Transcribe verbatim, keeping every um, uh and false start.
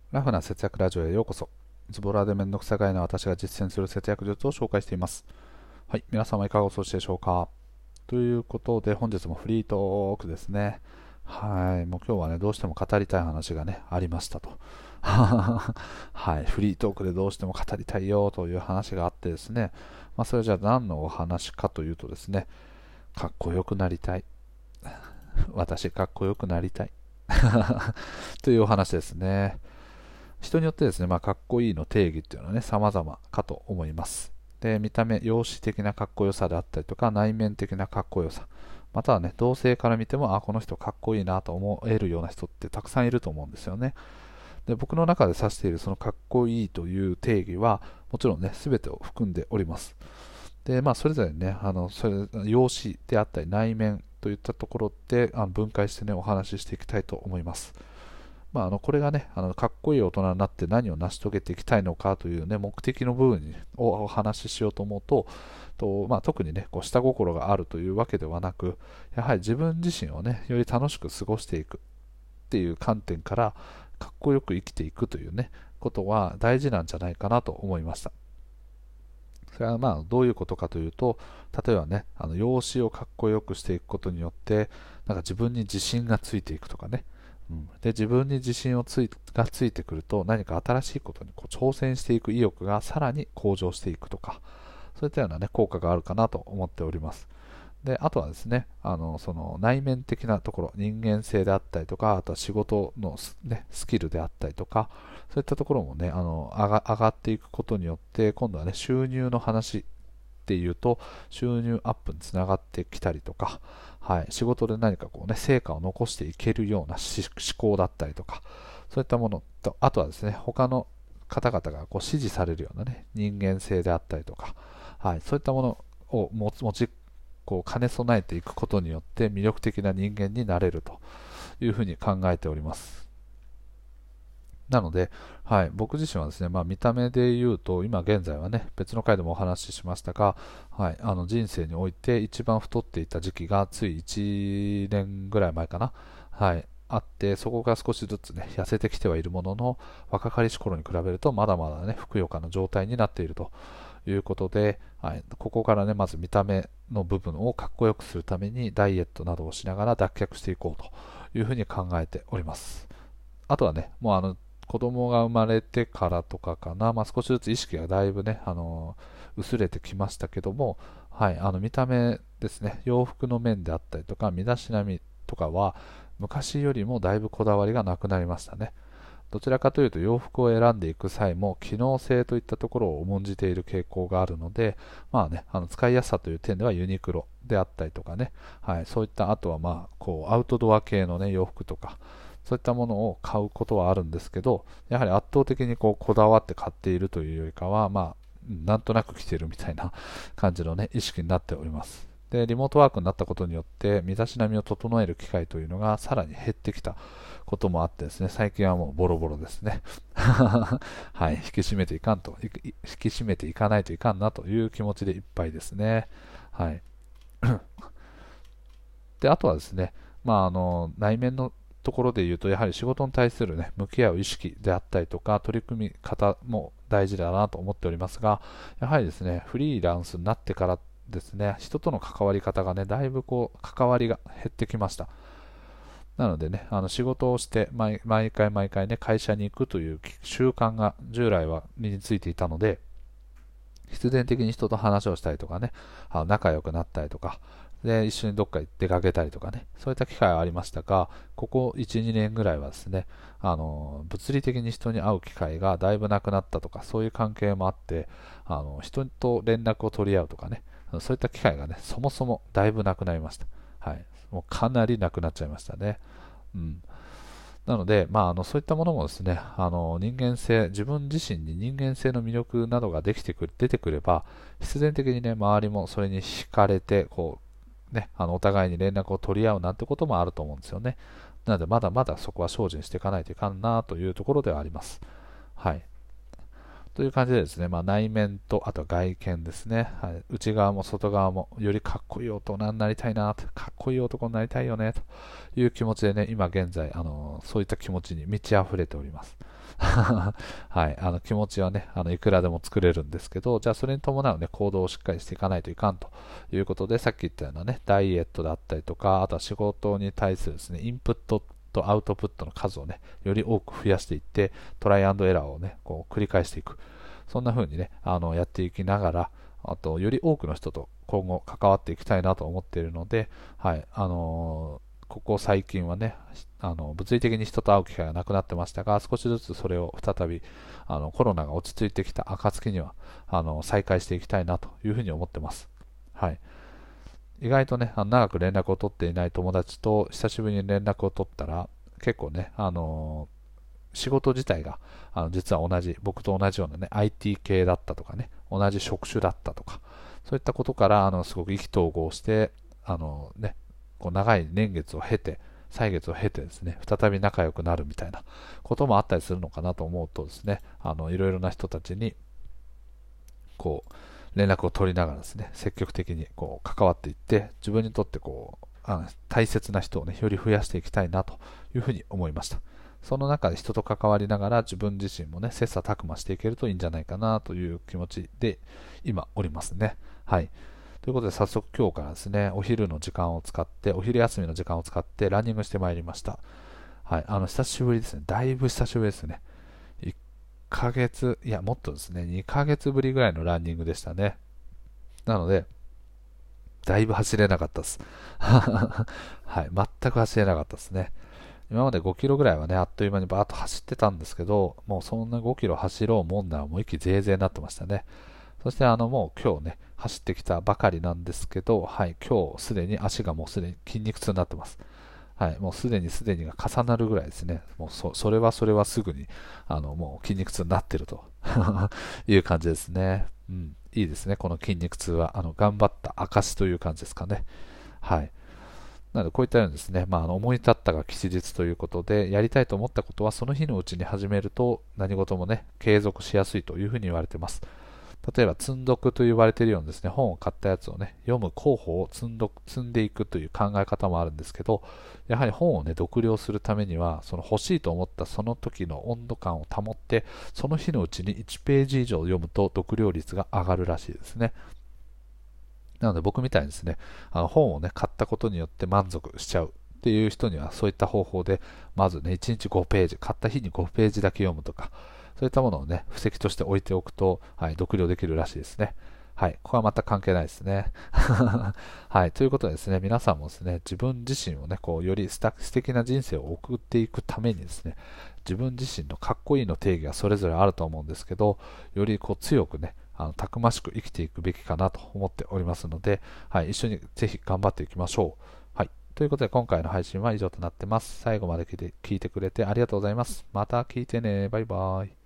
ラフな節約ラジオへようこそ。ズボラでめんどくさがいの私が実践する節約術を紹介しています。はい、皆様いかがお過ごしでしょうか。ということで本日もフリートークですね。はい、もう今日はね、どうしても語りたい話がね、ありましたと。はい、フリートークでどうしても語りたいよという話があってですね、まあ、それじゃあ何のお話かというとですね、かっこよくなりたい。私、かっこよくなりたい。というお話ですね。人によってですね、まあ、かっこいいの定義っていうのはね、様々かと思います。で、見た目、容姿的なかっこよさであったりとか、内面的なかっこよさ、またはね、同性から見ても、あ、この人かっこいいなと思えるような人ってたくさんいると思うんですよね。で、僕の中で指しているそのかっこいいという定義は、もちろんね、すべてを含んでおります。で、まあ、それぞれね、あの、それ、容姿であったり、内面といったところで、あの分解してね、お話ししていきたいと思います。まあ、あのこれがね、あのかっこいい大人になって何を成し遂げていきたいのかという、ね、目的の部分をお話ししようと思うと、とまあ、特にね、こう下心があるというわけではなく、やはり自分自身をね、より楽しく過ごしていくっていう観点から、かっこよく生きていくというね、ことは大事なんじゃないかなと思いました。それはまあどういうことかというと、例えばね、あの容姿をかっこよくしていくことによって、なんか自分に自信がついていくとかね、うん、で自分に自信をついがついてくると、何か新しいことにこう挑戦していく意欲がさらに向上していくとか、そういったような、ね、効果があるかなと思っております。であとはですね、あのその内面的なところ、人間性であったりとか、あとは仕事のス、ね、スキルであったりとか、そういったところもね、あの上が上がっていくことによって、今度はね、収入の話っていうと、収入アップにつながってきたりとか、はい、仕事で何かこうね、成果を残していけるような思考だったりとか、そういったものと、あとはですね、他の方々がこう支持されるようなね、人間性であったりとか、はい、そういったものを持ちこう兼ね備えていくことによって魅力的な人間になれるというふうに考えております。なので、はい、僕自身はですね、まあ、見た目で言うと、今現在はね、別の回でもお話ししましたが、はい、あの人生において一番太っていた時期がついいちねんぐらい前かな、はい、あって、そこが少しずつね、痩せてきてはいるものの、若かりし頃に比べると、まだまだね、ふくよかな状態になっているということで、はい、ここからね、まず見た目の部分をかっこよくするために、ダイエットなどをしながら脱却していこうというふうに考えております。あとはね、もうあの、子供が生まれてからとかかな、まあ、少しずつ意識がだいぶね、あの薄れてきましたけども、はい、あの見た目ですね、洋服の面であったりとか、身だしなみとかは、昔よりもだいぶこだわりがなくなりましたね。どちらかというと洋服を選んでいく際も機能性といったところを重んじている傾向があるので、まあね、あの使いやすさという点ではユニクロであったりとかね、はい、そういったあとはまあこうアウトドア系の、ね、洋服とか、そういったものを買うことはあるんですけど、やはり圧倒的にこうこだわって買っているというよりかは、まあ、なんとなく着てるみたいな感じの、ね、意識になっております。で、リモートワークになったことによって、身だしなみを整える機会というのがさらに減ってきたこともあってですね、最近はもうボロボロですね。はい、引き締めていかんと、引き締めていかないといかんなという気持ちでいっぱいですね。はい。で、あとはですね、まあ、あの内面のところで言うと、やはり仕事に対する、ね、向き合う意識であったりとか、取り組み方も大事だなと思っておりますが、やはりですね、フリーランスになってからですね、人との関わり方がね、だいぶこう関わりが減ってきました。なのでね、あの仕事をして毎、毎回毎回ね、会社に行くという習慣が従来は身についていたので、必然的に人と話をしたりとかね、あの仲良くなったりとか、で、一緒にどっか出かけたりとかね、そういった機会はありましたが、ここいち、にねんぐらいはですね、あの、物理的に人に会う機会がだいぶなくなったとか、そういう関係もあって、あの、人と連絡を取り合うとかね、そういった機会がね、そもそもだいぶなくなりました。はい。もうかなりなくなっちゃいましたね。うん。なので、まあ、あのそういったものもですね、あの人間性、自分自身に人間性の魅力などができてくる出てくれば、必然的にね、周りもそれに惹かれて、こう、ね、あのお互いに連絡を取り合うなんてこともあると思うんですよね。なので、まだまだそこは精進していかないといかんなというところではあります。はい。という感じでですね、まあ、内面と、あと外見ですね、はい、内側も外側も、よりかっこいい大人になりたいなと、かっこいい男になりたいよねという気持ちでね、今現在、あのそういった気持ちに満ち溢れております。 はい、あの気持ちはね、あのいくらでも作れるんですけど、じゃあそれに伴うね、行動をしっかりしていかないといかんということで、さっき言ったようなね、ダイエットだったりとか、あとは仕事に対するですね、インプットとアウトプットの数をね、より多く増やしていって、トライアンドエラーをね、こう繰り返していく。そんな風にね、あのやっていきながら、あと、より多くの人と今後関わっていきたいなと思っているので、はい、あのーここ最近はね、あの物理的に人と会う機会がなくなってましたが、少しずつそれを再びあのコロナが落ち着いてきた暁にはあの再開していきたいなというふうに思ってます。はい、意外とね、あの長く連絡を取っていない友達と久しぶりに連絡を取ったら、結構ね、あのー仕事自体があの実は同じ、僕と同じようなね、アイティー 系だったとかね、同じ職種だったとか、そういったことからあのすごく意気投合して、あのね、こう長い年月を経て、歳月を経てですね、再び仲良くなるみたいなこともあったりするのかなと思うとですね、あのいろいろな人たちにこう連絡を取りながらですね、積極的にこう関わっていって、自分にとってこうあの大切な人をね、より増やしていきたいなというふうに思いました。その中で人と関わりながら自分自身もね、切磋琢磨していけるといいんじゃないかなという気持ちで今おりますね。はい。ということで早速今日からですね、お昼の時間を使って、お昼休みの時間を使ってランニングしてまいりました。はい。あの、久しぶりですね。だいぶ久しぶりですね。いっかげつ、いや、もっとですね、にかげつぶりぐらいのランニングでしたね。なので、だいぶ走れなかったです。はい。全く走れなかったですね。今までごキロぐらいはね、あっという間にバーッと走ってたんですけど、もうそんなごキロ走ろうもんならもう息ぜいぜいになってましたね。そしてあのもう今日ね、走ってきたばかりなんですけど、はい、今日すでに足がもうすでに筋肉痛になってます。はい、もうすでにすでにが重なるぐらいですね。もうそそれはそれはすぐにあのもう筋肉痛になってるという感じですね。うん、いいですね、この筋肉痛はあの頑張った証という感じですかね。はい。なのでこういったようにですね、まあ、あの思い立ったが吉日ということで、やりたいと思ったことはその日のうちに始めると何事もね、継続しやすいというふうに言われています。例えば積んどくと言われているようにですね、本を買ったやつをね、読む候補を積んど積んでいくという考え方もあるんですけど、やはり本をね、読了するためには、その欲しいと思ったその時の温度感を保って、その日のうちにいちページ以上読むと読了率が上がるらしいですね。なので僕みたいにですね、あの本をね、買ったことによって満足しちゃうっていう人にはそういった方法で、まずね、いちにちごページ、買った日にごページだけ読むとか、そういったものをね、布石として置いておくと、はい、読了できるらしいですね。はい、ここはまた関係ないですね。はい、ということでですね、皆さんもですね、自分自身をね、こう、より素敵な人生を送っていくためにですね、自分自身のかっこいいの定義がそれぞれあると思うんですけど、よりこう強くね、あのたくましく生きていくべきかなと思っておりますので、はい、一緒にぜひ頑張っていきましょう。はい、ということで今回の配信は以上となってます。最後まで聞いて聞いてくれてありがとうございます。また聞いてね。バイバイ。